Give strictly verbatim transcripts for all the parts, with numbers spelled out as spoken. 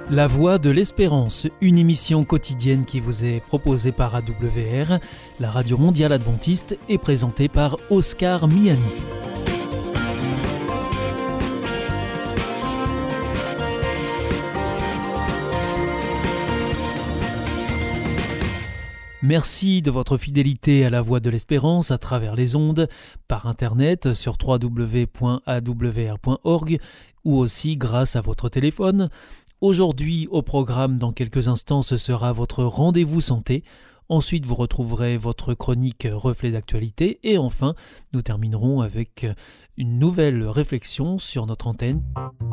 La Voix de l'Espérance, une émission quotidienne qui vous est proposée par A W R, la radio mondiale adventiste, et présentée par Oscar Miani. Merci de votre fidélité à la Voix de l'Espérance à travers les ondes, par internet sur w w w point a w r point org ou aussi grâce à votre téléphone. Aujourd'hui, au programme, dans quelques instants, ce sera votre rendez-vous santé. Ensuite, vous retrouverez votre chronique Reflet d'actualité. Et enfin, nous terminerons avec une nouvelle réflexion sur notre antenne.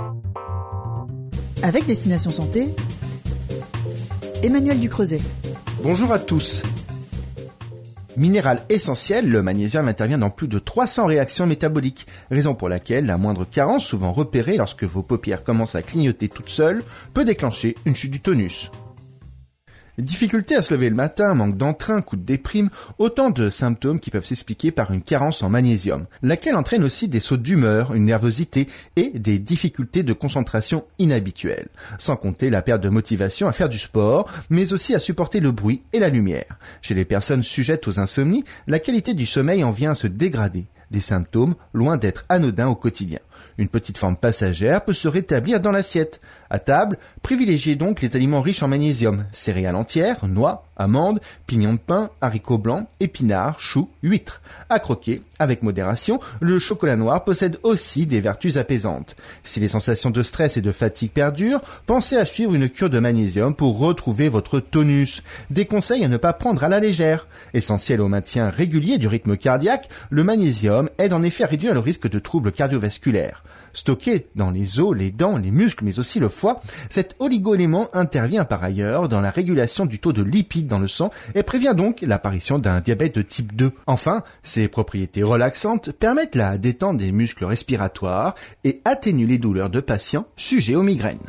Avec Destination Santé, Emmanuel Ducreuset. Bonjour à tous. Minéral essentiel, le magnésium intervient dans plus de trois cents réactions métaboliques, raison pour laquelle la moindre carence, souvent repérée lorsque vos paupières commencent à clignoter toutes seules, peut déclencher une chute du tonus. Difficulté à se lever le matin, manque d'entrain, coup de déprime, autant de symptômes qui peuvent s'expliquer par une carence en magnésium, laquelle entraîne aussi des sauts d'humeur, une nervosité et des difficultés de concentration inhabituelles. Sans compter la perte de motivation à faire du sport, mais aussi à supporter le bruit et la lumière. Chez les personnes sujettes aux insomnies, la qualité du sommeil en vient à se dégrader. Des symptômes loin d'être anodins au quotidien. Une petite forme passagère peut se rétablir dans l'assiette. À table, privilégiez donc les aliments riches en magnésium, céréales entières, noix, amandes, pignons de pain, haricots blancs, épinards, choux, huîtres. À croquer, avec modération, le chocolat noir possède aussi des vertus apaisantes. Si les sensations de stress et de fatigue perdurent, pensez à suivre une cure de magnésium pour retrouver votre tonus. Des conseils à ne pas prendre à la légère. Essentiel au maintien régulier du rythme cardiaque, le magnésium aide en effet à réduire le risque de troubles cardiovasculaires. Stocké dans les os, les dents, les muscles, mais aussi le foie, cet oligo-élément intervient par ailleurs dans la régulation du taux de lipides dans le sang et prévient donc l'apparition d'un diabète de type deux. Enfin, ses propriétés relaxantes permettent la détente des muscles respiratoires et atténuent les douleurs de patients sujets aux migraines.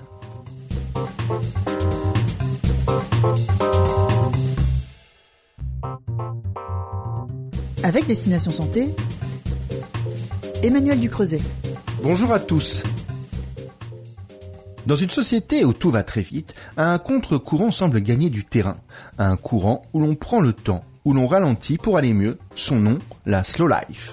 Avec Destination Santé, Emmanuel Ducreuset. Bonjour à tous. Dans une société où tout va très vite, un contre-courant semble gagner du terrain. Un courant où l'on prend le temps, où l'on ralentit pour aller mieux. Son nom, la slow life.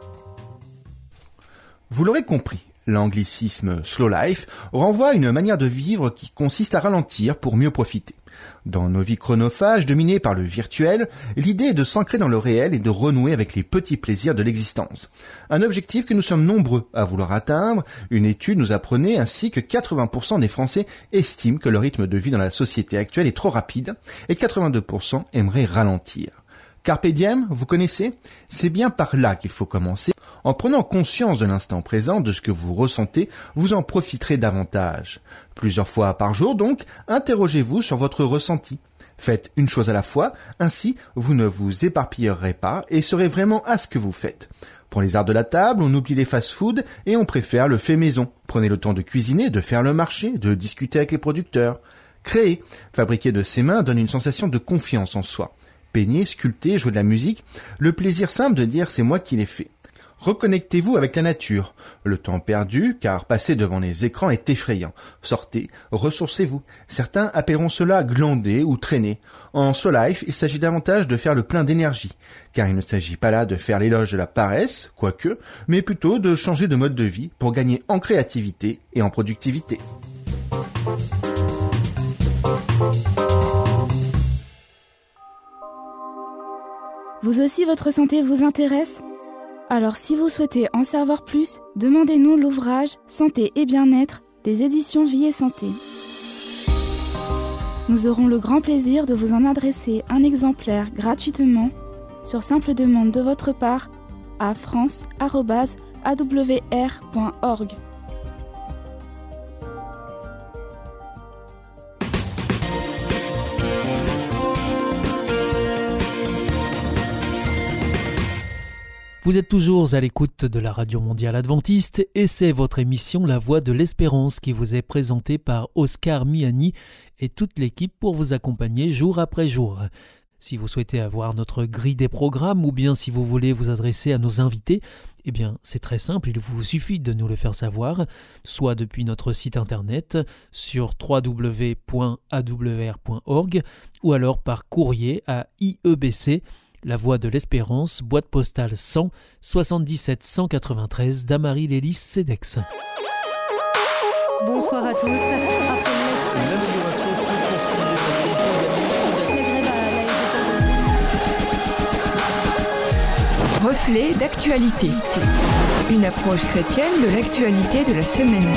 Vous l'aurez compris, l'anglicisme slow life renvoie à une manière de vivre qui consiste à ralentir pour mieux profiter. Dans nos vies chronophages dominées par le virtuel, l'idée est de s'ancrer dans le réel et de renouer avec les petits plaisirs de l'existence. Un objectif que nous sommes nombreux à vouloir atteindre. Une étude nous apprenait ainsi que quatre-vingts pour cent des Français estiment que le rythme de vie dans la société actuelle est trop rapide et quatre-vingt-deux pour cent aimeraient ralentir. Carpe diem, vous connaissez ? C'est bien par là qu'il faut commencer. En prenant conscience de l'instant présent, de ce que vous ressentez, vous en profiterez davantage. Plusieurs fois par jour donc, interrogez-vous sur votre ressenti. Faites une chose à la fois, ainsi vous ne vous éparpillerez pas et serez vraiment à ce que vous faites. Pour les arts de la table, on oublie les fast-food et on préfère le fait maison. Prenez le temps de cuisiner, de faire le marché, de discuter avec les producteurs. Créer, fabriquer de ses mains donne une sensation de confiance en soi. Peigner, sculpter, jouer de la musique, le plaisir simple de dire c'est moi qui l'ai fait. Reconnectez-vous avec la nature. Le temps perdu, car passer devant les écrans est effrayant. Sortez, ressourcez-vous. Certains appelleront cela glander ou traîner. En slow life, il s'agit davantage de faire le plein d'énergie, car il ne s'agit pas là de faire l'éloge de la paresse, quoique, mais plutôt de changer de mode de vie pour gagner en créativité et en productivité. Vous aussi, votre santé vous intéresse ? Alors si vous souhaitez en savoir plus, demandez-nous l'ouvrage Santé et bien-être des éditions Vie et Santé. Nous aurons le grand plaisir de vous en adresser un exemplaire gratuitement sur simple demande de votre part à france arobase a w r point org. Vous êtes toujours à l'écoute de la Radio Mondiale Adventiste et c'est votre émission La Voix de l'Espérance qui vous est présentée par Oscar Miani et toute l'équipe pour vous accompagner jour après jour. Si vous souhaitez avoir notre grille des programmes ou bien si vous voulez vous adresser à nos invités, Eh bien, c'est très simple, il vous suffit de nous le faire savoir, soit depuis notre site internet sur w w w point a w r point org ou alors par courrier à I E B C, La Voie de l'Espérance, boîte postale cent, soixante-dix-sept cent quatre-vingt-treize d'Amarie-Lélis, Cedex. Bonsoir à tous. Après L'amélioration se poursuit les grèves à l'aéroport de Reflet d'actualité. Une approche chrétienne de l'actualité de la semaine.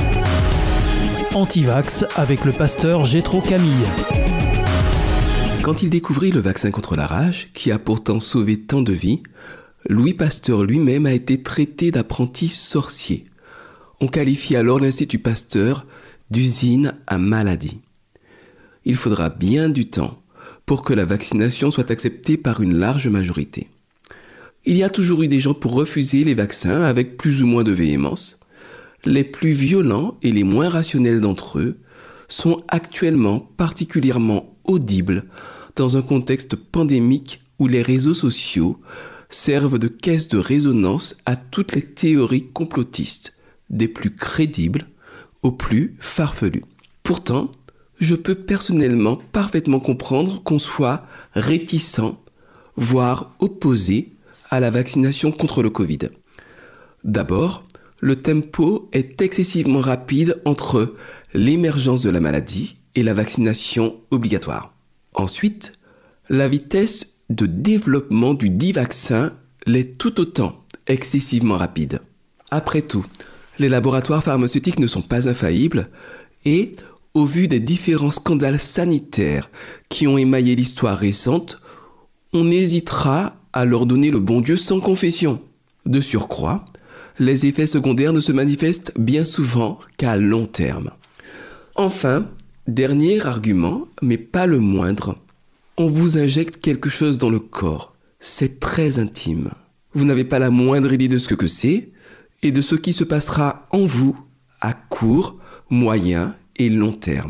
Antivax avec le pasteur Jétro Camille. Quand il découvrit le vaccin contre la rage, qui a pourtant sauvé tant de vies, Louis Pasteur lui-même a été traité d'apprenti sorcier. On qualifie alors l'Institut Pasteur d'usine à maladie. Il faudra bien du temps pour que la vaccination soit acceptée par une large majorité. Il y a toujours eu des gens pour refuser les vaccins avec plus ou moins de véhémence. Les plus violents et les moins rationnels d'entre eux sont actuellement particulièrement audibles dans un contexte pandémique où les réseaux sociaux servent de caisse de résonance à toutes les théories complotistes, des plus crédibles aux plus farfelues. Pourtant, je peux personnellement parfaitement comprendre qu'on soit réticent, voire opposé à la vaccination contre le Covid. D'abord, le tempo est excessivement rapide entre l'émergence de la maladie et la vaccination obligatoire. Ensuite, la vitesse de développement du dit vaccin l'est tout autant excessivement rapide. Après tout, les laboratoires pharmaceutiques ne sont pas infaillibles et, au vu des différents scandales sanitaires qui ont émaillé l'histoire récente, on hésitera à leur donner le bon Dieu sans confession. De surcroît, les effets secondaires ne se manifestent bien souvent qu'à long terme. Enfin, dernier argument, mais pas le moindre, on vous injecte quelque chose dans le corps. C'est très intime. Vous n'avez pas la moindre idée de ce que c'est et de ce qui se passera en vous à court, moyen et long terme.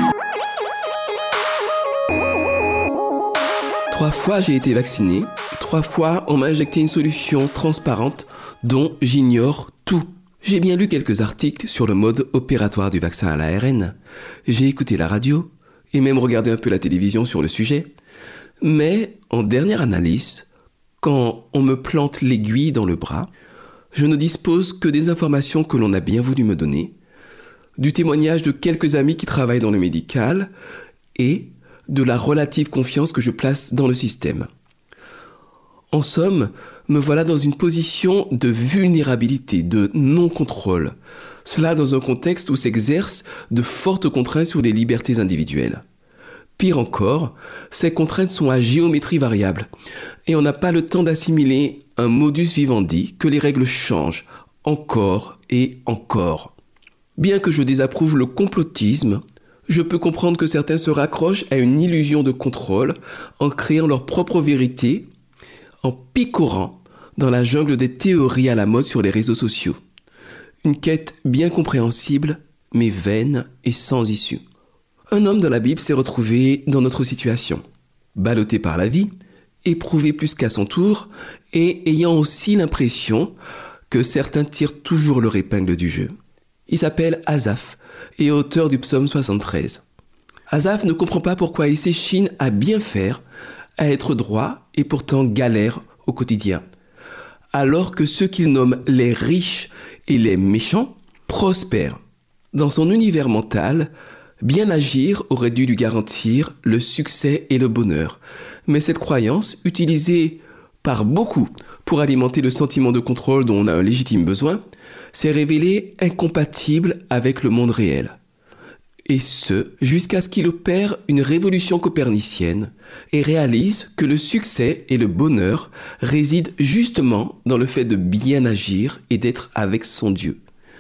Trois fois j'ai été vacciné, trois fois on m'a injecté une solution transparente dont j'ignore tout. J'ai bien lu quelques articles sur le mode opératoire du vaccin à l'A R N, j'ai écouté la radio et même regardé un peu la télévision sur le sujet, mais en dernière analyse, quand on me plante l'aiguille dans le bras, je ne dispose que des informations que l'on a bien voulu me donner, du témoignage de quelques amis qui travaillent dans le médical et de la relative confiance que je place dans le système. En somme, me voilà dans une position de vulnérabilité, de non-contrôle. Cela dans un contexte où s'exercent de fortes contraintes sur les libertés individuelles. Pire encore, ces contraintes sont à géométrie variable et on n'a pas le temps d'assimiler un modus vivendi que les règles changent encore et encore. Bien que je désapprouve le complotisme, je peux comprendre que certains se raccrochent à une illusion de contrôle en créant leur propre vérité, en picorant dans la jungle des théories à la mode sur les réseaux sociaux. Une quête bien compréhensible, mais vaine et sans issue. Un homme dans la Bible s'est retrouvé dans notre situation, ballotté par la vie, éprouvé plus qu'à son tour, et ayant aussi l'impression que certains tirent toujours leur épingle du jeu. Il s'appelle Asaph, et auteur du psaume soixante-treize. Asaph ne comprend pas pourquoi il s'échine à bien faire, à être droit, et pourtant galère au quotidien. Alors que ceux qu'il nomme les riches et les méchants prospèrent. Dans son univers mental, bien agir aurait dû lui garantir le succès et le bonheur. Mais cette croyance, utilisée par beaucoup pour alimenter le sentiment de contrôle dont on a un légitime besoin, s'est révélée incompatible avec le monde réel. Et ce, jusqu'à ce qu'il opère une révolution copernicienne et réalise que le succès et le bonheur résident justement dans le fait de bien agir et d'être avec son Dieu.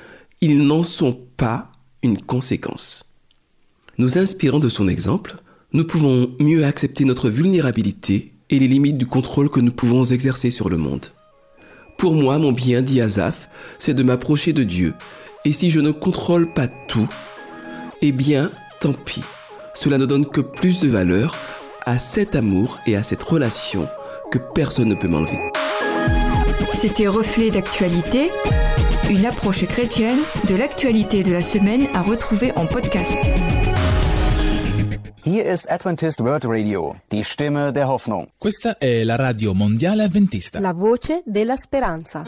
Ils n'en sont pas une conséquence. Nous inspirant de son exemple, nous pouvons mieux accepter notre vulnérabilité et les limites du contrôle que nous pouvons exercer sur le monde. Pour moi, mon bien, dit Asaph, c'est de m'approcher de Dieu. Et si je ne contrôle pas tout, eh bien, tant pis. Cela ne donne que plus de valeur à cet amour et à cette relation que personne ne peut m'enlever. C'était Reflet d'actualité, une approche chrétienne de l'actualité de la semaine à retrouver en podcast. Hier ist Adventist World Radio, die Stimme der Hoffnung. Questa è la radio mondiale avventista. La voce della speranza.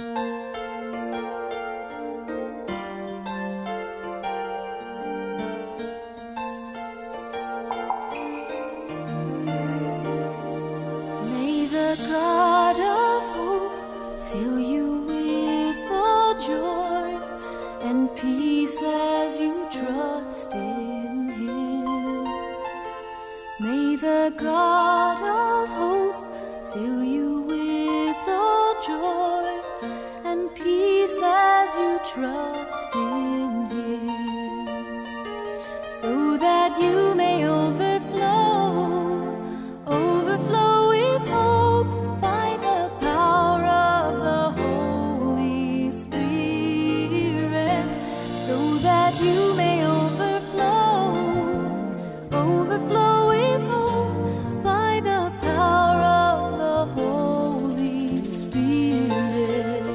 May the God of hope fill you with all joy and peace as you trust in Him. May the God of hope fill you with all joy and peace as you trust in Him, so that you may overflow, overflow with hope by the power of the Holy Spirit, so that you may overflow, overflow with hope by the power of the Holy Spirit.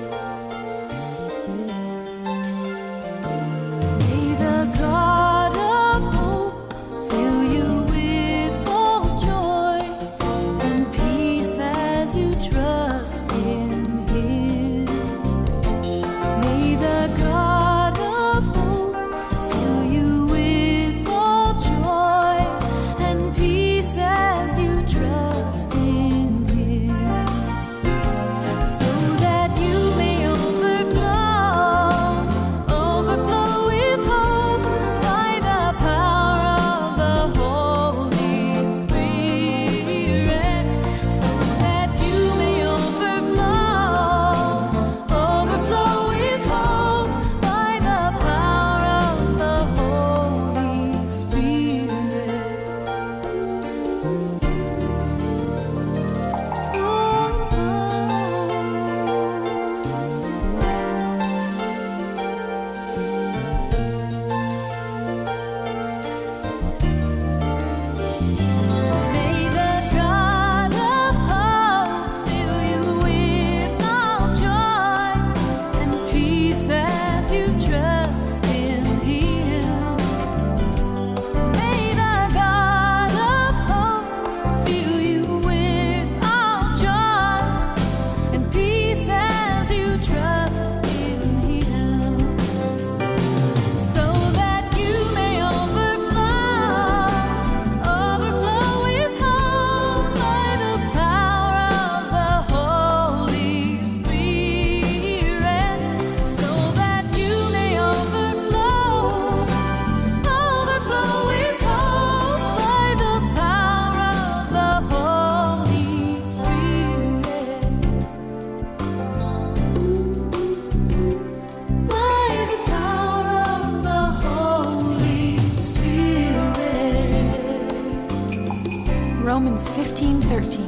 May the God of hope fill you with all joy and peace as you trust in Him. May the God of hope fill you with all joy and peace as you trust in Him, so that you may overflow, overflow with hope by the power of the Holy Spirit, so that you may overflow, overflow with hope by the power of the Holy Spirit. May the God of hope fill you with all joy and peace as you trust in Him. May the God of hope fill you with all joy and peace as you trust in Him, so that you may overflow, overflow with hope by the power of the Holy Spirit, so that you may overflow, overflow with hope by the power of the Holy Spirit, by the power of the Holy Spirit. Romans fifteen thirteen.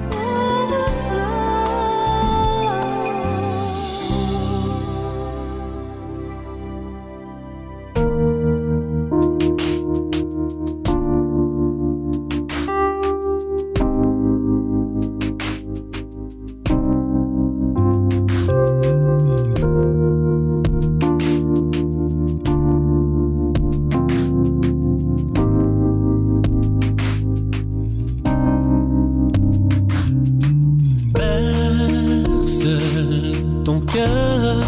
Berce ton cœur,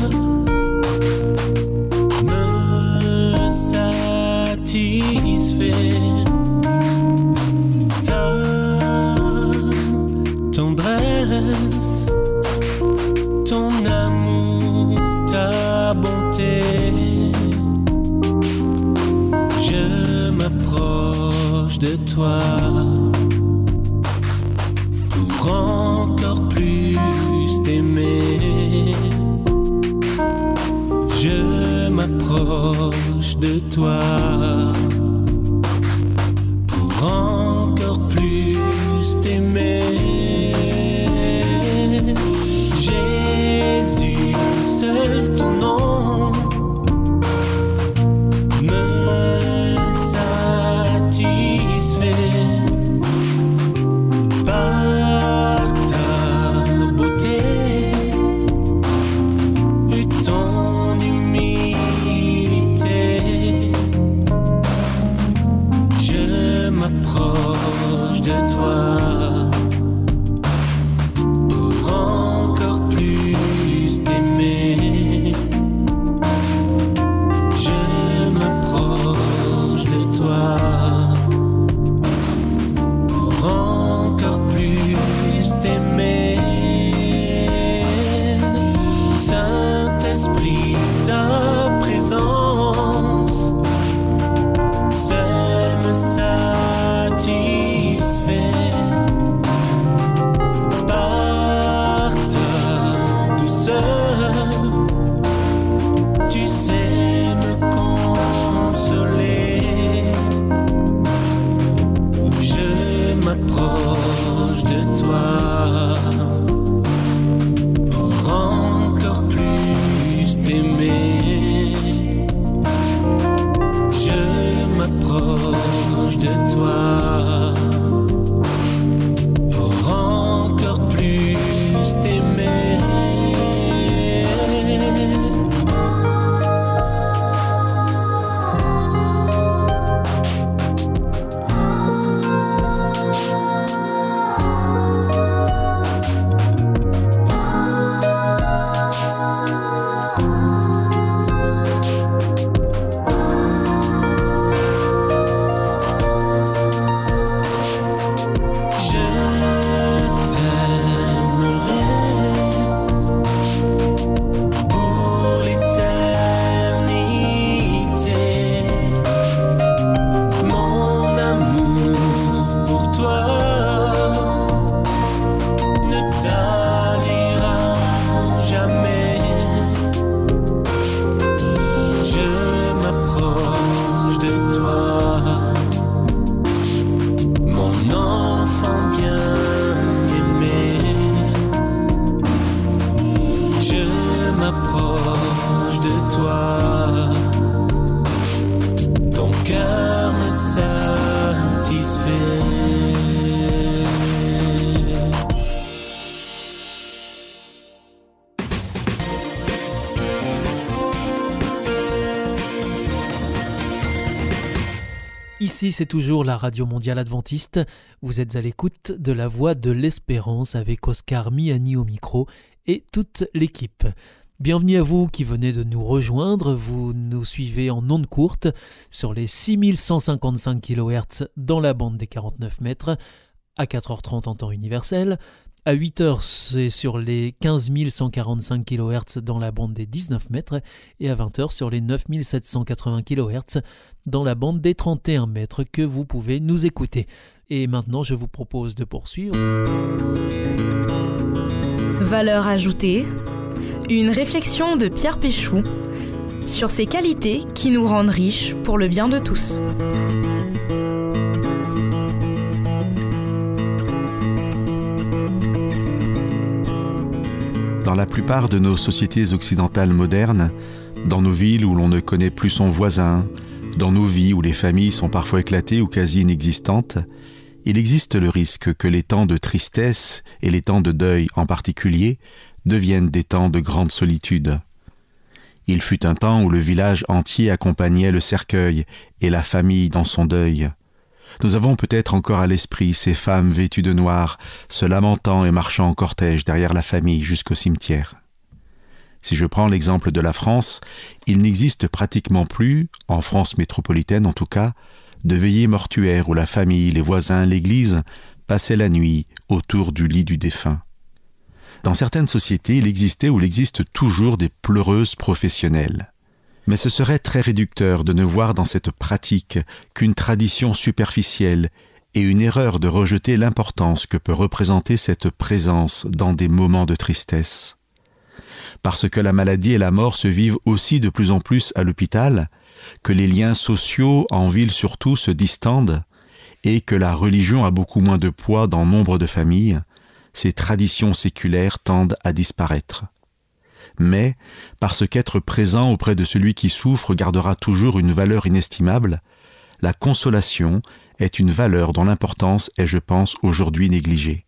me satisfait. Ta tendresse, ton amour, ta bonté. Je m'approche de toi pour encore plus t'aimer. Je m'approche de toi pour encore plus t'aimer. Jésus, seul ton nom me satisfait. Par ta beauté Ici, c'est toujours la Radio Mondiale Adventiste. Vous êtes à l'écoute de la Voix de l'Espérance avec Oscar Miani au micro et toute l'équipe. Bienvenue à vous qui venez de nous rejoindre. Vous nous suivez en ondes courtes sur les six mille cent cinquante-cinq kilohertz dans la bande des quarante-neuf mètres, à quatre heures trente en temps universel. À huit heures, c'est sur les quinze mille cent quarante-cinq kilohertz dans la bande des dix-neuf mètres et à vingt heures sur les neuf mille sept cent quatre-vingts kilohertz dans la bande des trente et un mètres que vous pouvez nous écouter. Et maintenant, je vous propose de poursuivre. Valeur ajoutée, une réflexion de Pierre Péchou sur ces qualités qui nous rendent riches pour le bien de tous. Dans la plupart de nos sociétés occidentales modernes, dans nos villes où l'on ne connaît plus son voisin, dans nos vies où les familles sont parfois éclatées ou quasi inexistantes, il existe le risque que les temps de tristesse et les temps de deuil en particulier deviennent des temps de grande solitude. Il fut un temps où le village entier accompagnait le cercueil et la famille dans son deuil. Nous avons peut-être encore à l'esprit ces femmes vêtues de noir, se lamentant et marchant en cortège derrière la famille jusqu'au cimetière. Si je prends l'exemple de la France, il n'existe pratiquement plus, en France métropolitaine en tout cas, de veillées mortuaires où la famille, les voisins, l'église passaient la nuit autour du lit du défunt. Dans certaines sociétés, il existait ou il existe toujours des pleureuses professionnelles. Mais ce serait très réducteur de ne voir dans cette pratique qu'une tradition superficielle et une erreur de rejeter l'importance que peut représenter cette présence dans des moments de tristesse. Parce que la maladie et la mort se vivent aussi de plus en plus à l'hôpital, que les liens sociaux, en ville surtout, se distendent, et que la religion a beaucoup moins de poids dans nombre de familles, ces traditions séculaires tendent à disparaître. Mais, parce qu'être présent auprès de celui qui souffre gardera toujours une valeur inestimable, la consolation est une valeur dont l'importance est, je pense, aujourd'hui négligée.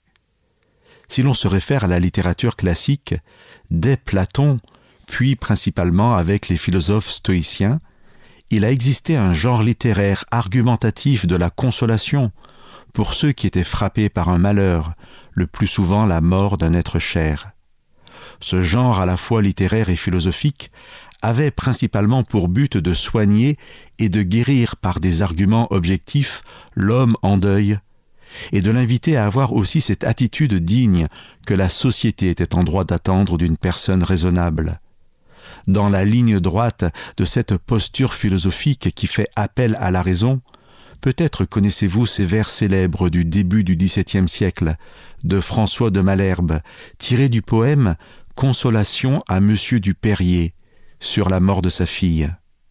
Si l'on se réfère à la littérature classique, dès Platon, puis principalement avec les philosophes stoïciens, il a existé un genre littéraire argumentatif de la consolation pour ceux qui étaient frappés par un malheur, le plus souvent la mort d'un être cher. Ce genre à la fois littéraire et philosophique avait principalement pour but de soigner et de guérir par des arguments objectifs l'homme en deuil, et de l'inviter à avoir aussi cette attitude digne que la société était en droit d'attendre d'une personne raisonnable. Dans la ligne droite de cette posture philosophique qui fait appel à la raison, peut-être connaissez-vous ces vers célèbres du début du dix-septième siècle de François de Malherbe, tirés du poème « Consolation à Monsieur du Perrier » sur la mort de sa fille.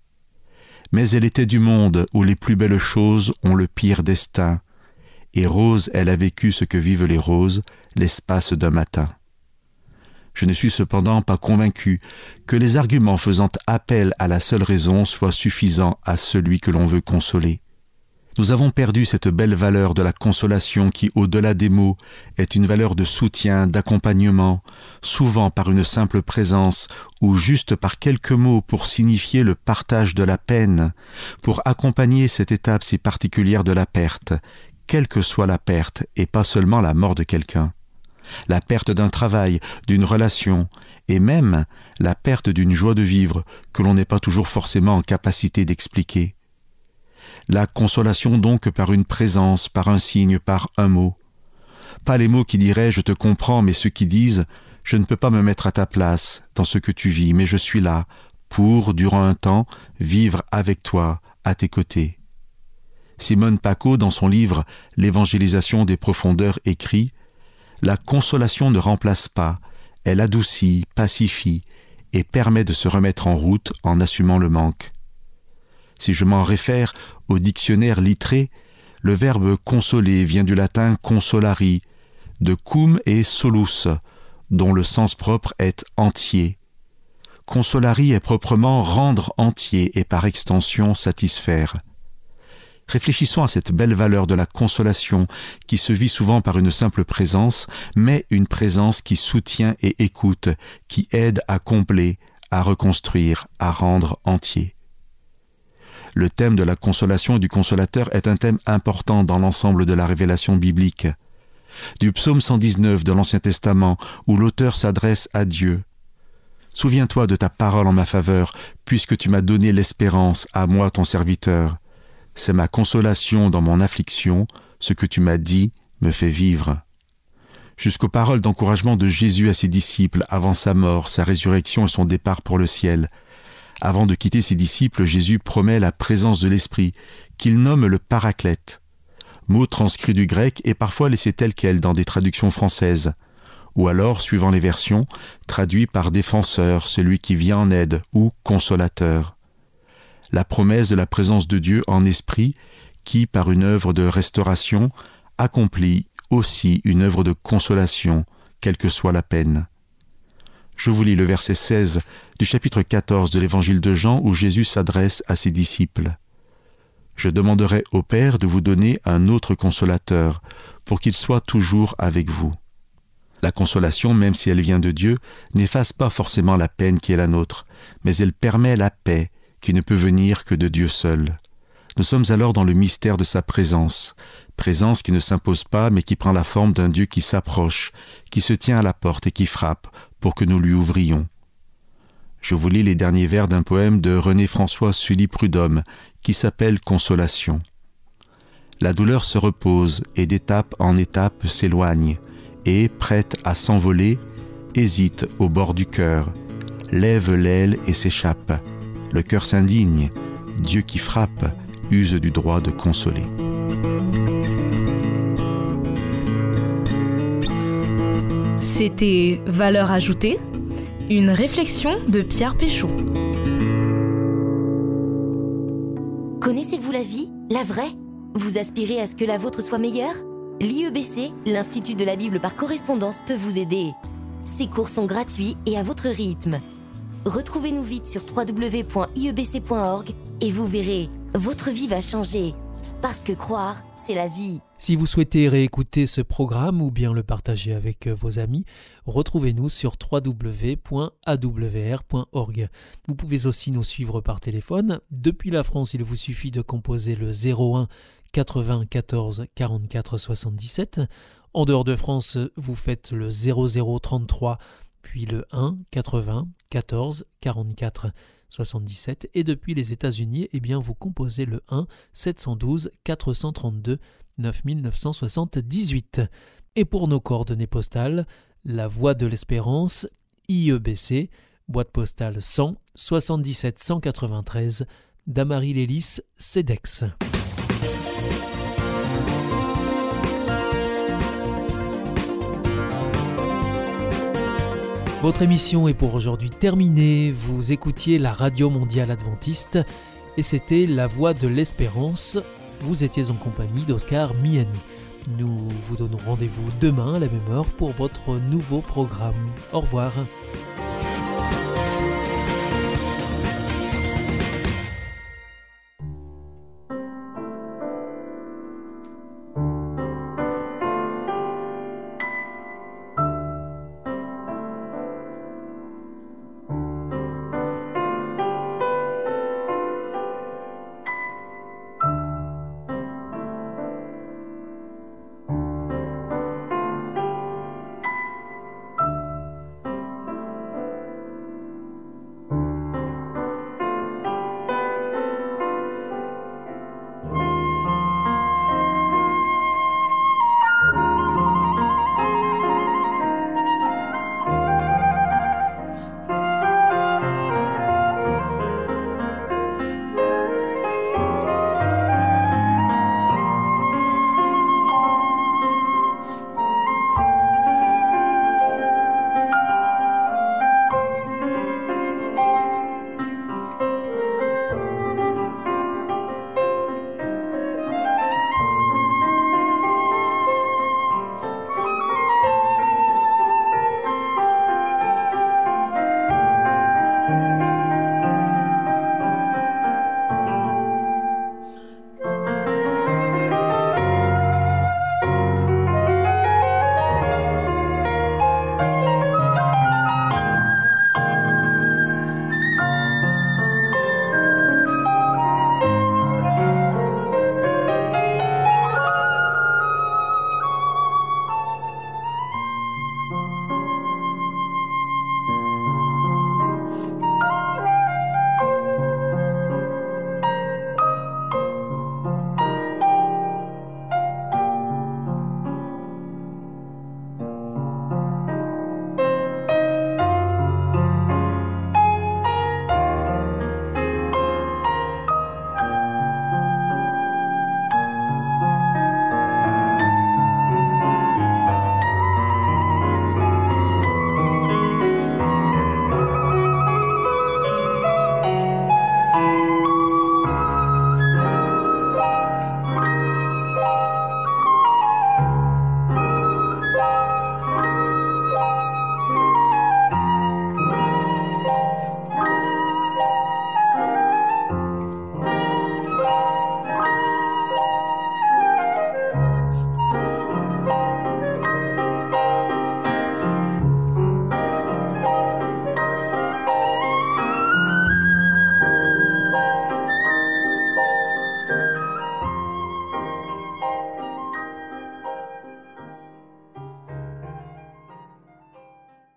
Mais elle était du monde où les plus belles choses ont le pire destin, et rose elle a vécu ce que vivent les roses l'espace d'un matin. Je ne suis cependant pas convaincu que les arguments faisant appel à la seule raison soient suffisants à celui que l'on veut consoler. Nous avons perdu cette belle valeur de la consolation qui, au-delà des mots, est une valeur de soutien, d'accompagnement, souvent par une simple présence ou juste par quelques mots pour signifier le partage de la peine, pour accompagner cette étape si particulière de la perte, quelle que soit la perte et pas seulement la mort de quelqu'un. La perte d'un travail, d'une relation, et même la perte d'une joie de vivre que l'on n'est pas toujours forcément en capacité d'expliquer. La consolation donc par une présence, par un signe, par un mot. Pas les mots qui diraient « je te comprends », mais ceux qui disent « je ne peux pas me mettre à ta place dans ce que tu vis, mais je suis là pour, durant un temps, vivre avec toi, à tes côtés ». Simone Paco, dans son livre « L'évangélisation des profondeurs » écrit « La consolation ne remplace pas, elle adoucit, pacifie et permet de se remettre en route en assumant le manque. » Si je m'en réfère au dictionnaire littré, le verbe consoler vient du latin consolari, de cum et solus, dont le sens propre est entier. Consolari est proprement rendre entier et par extension satisfaire. Réfléchissons à cette belle valeur de la consolation qui se vit souvent par une simple présence, mais une présence qui soutient et écoute, qui aide à combler, à reconstruire, à rendre entier. Le thème de la consolation et du consolateur est un thème important dans l'ensemble de la révélation biblique. Du psaume cent dix-neuf de l'Ancien Testament, où l'auteur s'adresse à Dieu. « Souviens-toi de ta parole en ma faveur, puisque tu m'as donné l'espérance, à moi ton serviteur. C'est ma consolation dans mon affliction, ce que tu m'as dit me fait vivre. » Jusqu'aux paroles d'encouragement de Jésus à ses disciples avant sa mort, sa résurrection et son départ pour le ciel. Avant de quitter ses disciples, Jésus promet la présence de l'Esprit, qu'il nomme le Paraclète. Mot transcrit du grec et parfois laissé tel quel dans des traductions françaises. Ou alors, suivant les versions, traduit par défenseur, celui qui vient en aide, ou consolateur. La promesse de la présence de Dieu en esprit, qui, par une œuvre de restauration, accomplit aussi une œuvre de consolation, quelle que soit la peine. Je vous lis le verset seize du chapitre quatorze de l'évangile de Jean où Jésus s'adresse à ses disciples. « Je demanderai au Père de vous donner un autre consolateur, pour qu'il soit toujours avec vous. » La consolation, même si elle vient de Dieu, n'efface pas forcément la peine qui est la nôtre, mais elle permet la paix qui ne peut venir que de Dieu seul. Nous sommes alors dans le mystère de sa présence, présence qui ne s'impose pas mais qui prend la forme d'un Dieu qui s'approche, qui se tient à la porte et qui frappe pour que nous lui ouvrions. Je vous lis les derniers vers d'un poème de René-François Sully-Prudhomme qui s'appelle « Consolation ». La douleur se repose et d'étape en étape s'éloigne et, prête à s'envoler, hésite au bord du cœur, lève l'aile et s'échappe. Le cœur s'indigne, Dieu qui frappe use du droit de consoler. C'était Valeur ajoutée, une réflexion de Pierre Péchaud. Connaissez-vous la vie, la vraie? Vous aspirez à ce que la vôtre soit meilleure? L'I E B C, l'Institut de la Bible par correspondance, peut vous aider. Ces cours sont gratuits et à votre rythme. Retrouvez-nous vite sur w w w point i e b c point org et vous verrez, votre vie va changer. Parce que croire, c'est la vie. Si vous souhaitez réécouter ce programme ou bien le partager avec vos amis, retrouvez-nous sur w w w point a w r point org. Vous pouvez aussi nous suivre par téléphone. Depuis la France, il vous suffit de composer le zéro un quatre-vingts quatorze quarante-quatre soixante-dix-sept. En dehors de France, vous faites le zéro zéro trente-trois, puis le un quatre-vingts quatorze quarante-quatre soixante-dix-sept. Et depuis les États-Unis, eh bien, vous composez le un sept cent douze quatre cent trente-deux neuf mille neuf cent soixante-dix-huit. Et pour nos coordonnées postales, la Voie de l'Espérance, I E B C, boîte postale cent soixante-dix-sept cent quatre-vingt-treize, Damary-Lélis, Cedex. Votre émission est pour aujourd'hui terminée. Vous écoutiez la Radio Mondiale Adventiste et c'était La Voie de l'Espérance. Vous étiez en compagnie d'Oscar Miani. Nous vous donnons rendez-vous demain à la même heure pour votre nouveau programme. Au revoir.